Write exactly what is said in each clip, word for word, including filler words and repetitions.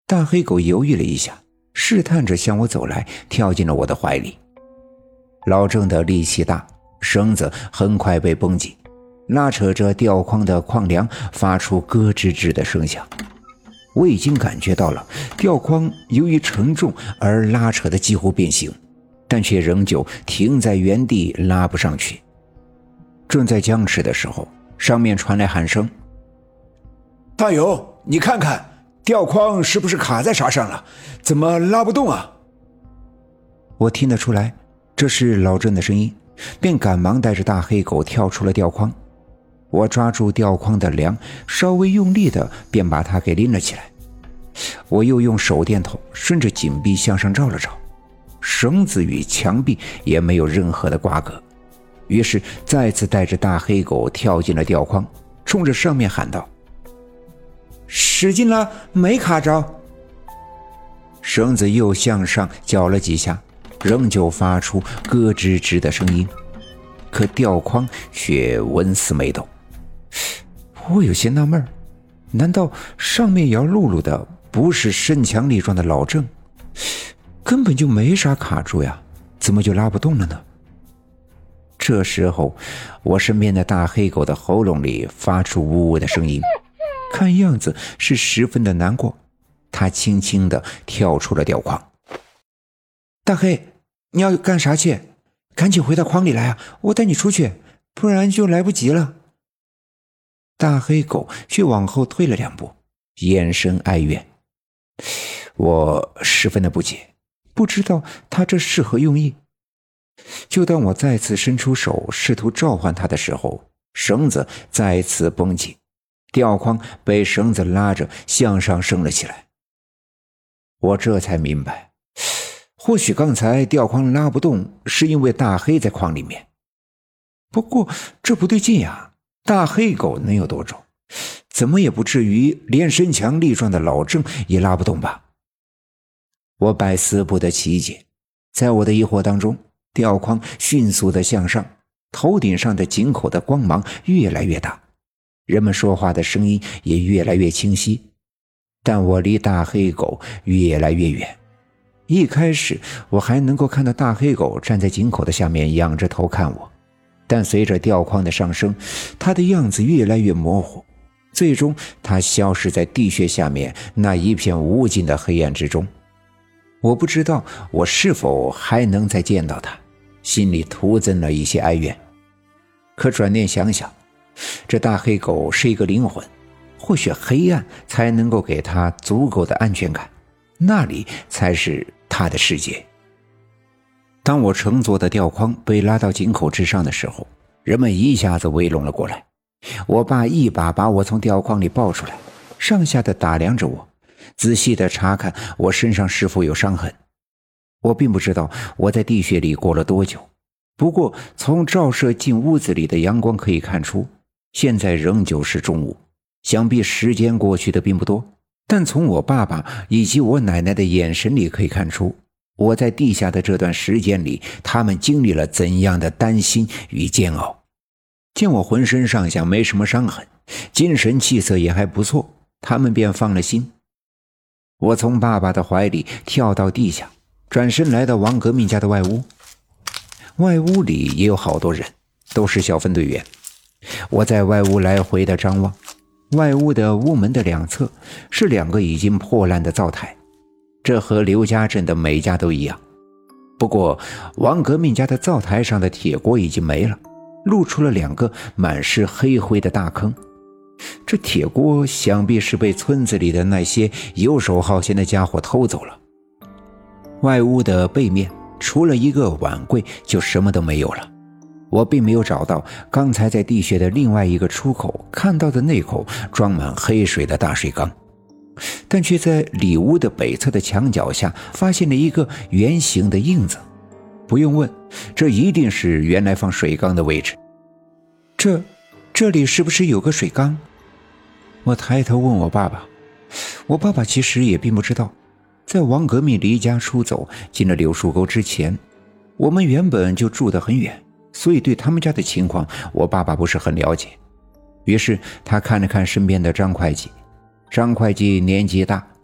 大黑狗犹豫了一下，试探着向我走来，跳进了我的怀里。老郑的力气大，绳子很快被绷紧，拉扯着吊筐的筐梁发出咯吱吱的声响。我已经感觉到了吊筐由于沉重而拉扯的几乎变形，但却仍旧停在原地，拉不上去。正在僵持的时候，上面传来喊声： 大友，你看看吊筐是不是卡在啥上了？怎么拉不动啊？ 我听得出来这是老郑的声音，便赶忙带着大黑狗跳出了吊筐。我抓住吊筐的梁，稍微用力的便把它给拎了起来。我又用手电筒顺着井壁向上照了照，绳子与墙壁也没有任何的瓜葛，于是再次带着大黑狗跳进了吊筐，冲着上面喊道：使劲了，没卡着。绳子又向上搅了几下，仍旧发出咯吱吱的声音，可吊筐却纹丝没动。我有些纳闷，难道上面摇露露的不是身强力壮的老郑？根本就没啥卡住呀，怎么就拉不动了呢？这时候我身边的大黑狗的喉咙里发出呜呜的声音，看样子是十分的难过。它轻轻地跳出了吊筐。大黑，你要干啥去？赶紧回到筐里来啊，我带你出去，不然就来不及了。大黑狗却往后退了两步，眼神哀怨。我十分的不解，不知道他这是何用意。就当我再次伸出手试图召唤他的时候，绳子再次绷紧，吊筐被绳子拉着向上升了起来。我这才明白，或许刚才吊筐拉不动是因为大黑在筐里面。不过这不对劲呀，大黑狗能有多重？怎么也不至于连身强力壮的老郑也拉不动吧？我百思不得其解。在我的疑惑当中，吊筐迅速地向上，头顶上的井口的光芒越来越大，人们说话的声音也越来越清晰。但我离大黑狗越来越远。一开始我还能够看到大黑狗站在井口的下面仰着头看我，但随着吊筐的上升，它的样子越来越模糊，最终它消失在地穴下面那一片无尽的黑暗之中。我不知道我是否还能再见到它，心里徒增了一些哀怨。可转念想想，这大黑狗是一个灵魂，或许黑暗才能够给它足够的安全感，那里才是它的世界。当我乘坐的吊筐被拉到井口之上的时候，人们一下子围拢了过来。我爸一把把我从吊筐里抱出来，上下的打量着我，仔细的查看我身上是否有伤痕。我并不知道我在地穴里过了多久，不过从照射进屋子里的阳光可以看出，现在仍旧是中午，想必时间过去的并不多。但从我爸爸以及我奶奶的眼神里可以看出，我在地下的这段时间里，他们经历了怎样的担心与煎熬。见我浑身上下没什么伤痕，精神气色也还不错，他们便放了心。我从爸爸的怀里跳到地下，转身来到王革命家的外屋。外屋里也有好多人，都是小分队员。我在外屋来回的张望，外屋的屋门的两侧是两个已经破烂的灶台，这和刘家镇的每家都一样。不过王革命家的灶台上的铁锅已经没了，露出了两个满是黑灰的大坑。这铁锅想必是被村子里的那些游手好闲的家伙偷走了。外屋的背面除了一个碗柜就什么都没有了。我并没有找到刚才在地穴的另外一个出口看到的那口装满黑水的大水缸，但却在里屋的北侧的墙角下发现了一个圆形的印子。不用问，这一定是原来放水缸的位置。这这里是不是有个水缸？我抬头问我爸爸。我爸爸其实也并不知道，在王革命离家出走进了柳树沟之前，我们原本就住得很远，所以对他们家的情况我爸爸不是很了解。于是他看了看身边的张会计。张会计年纪大，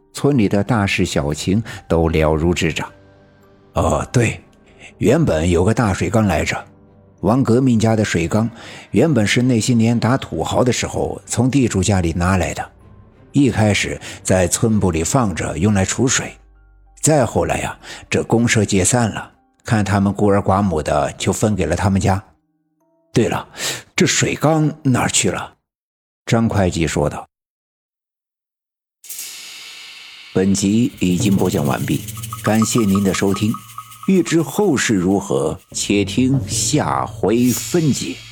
村里的大事小情都了如指掌。 哦，对，原本有个大水缸来着。 王革命家的水缸原本是那些年打土豪的时候从地主家里拿来的，一开始在村部里放着用来储水，再后来呀、啊，这公社解散了，看他们孤儿寡母的，就分给了他们家。 对了，这水缸哪儿去了？ 张会计说道。本集已经播讲完毕，感谢您的收听。欲知后事如何，且听下回分解。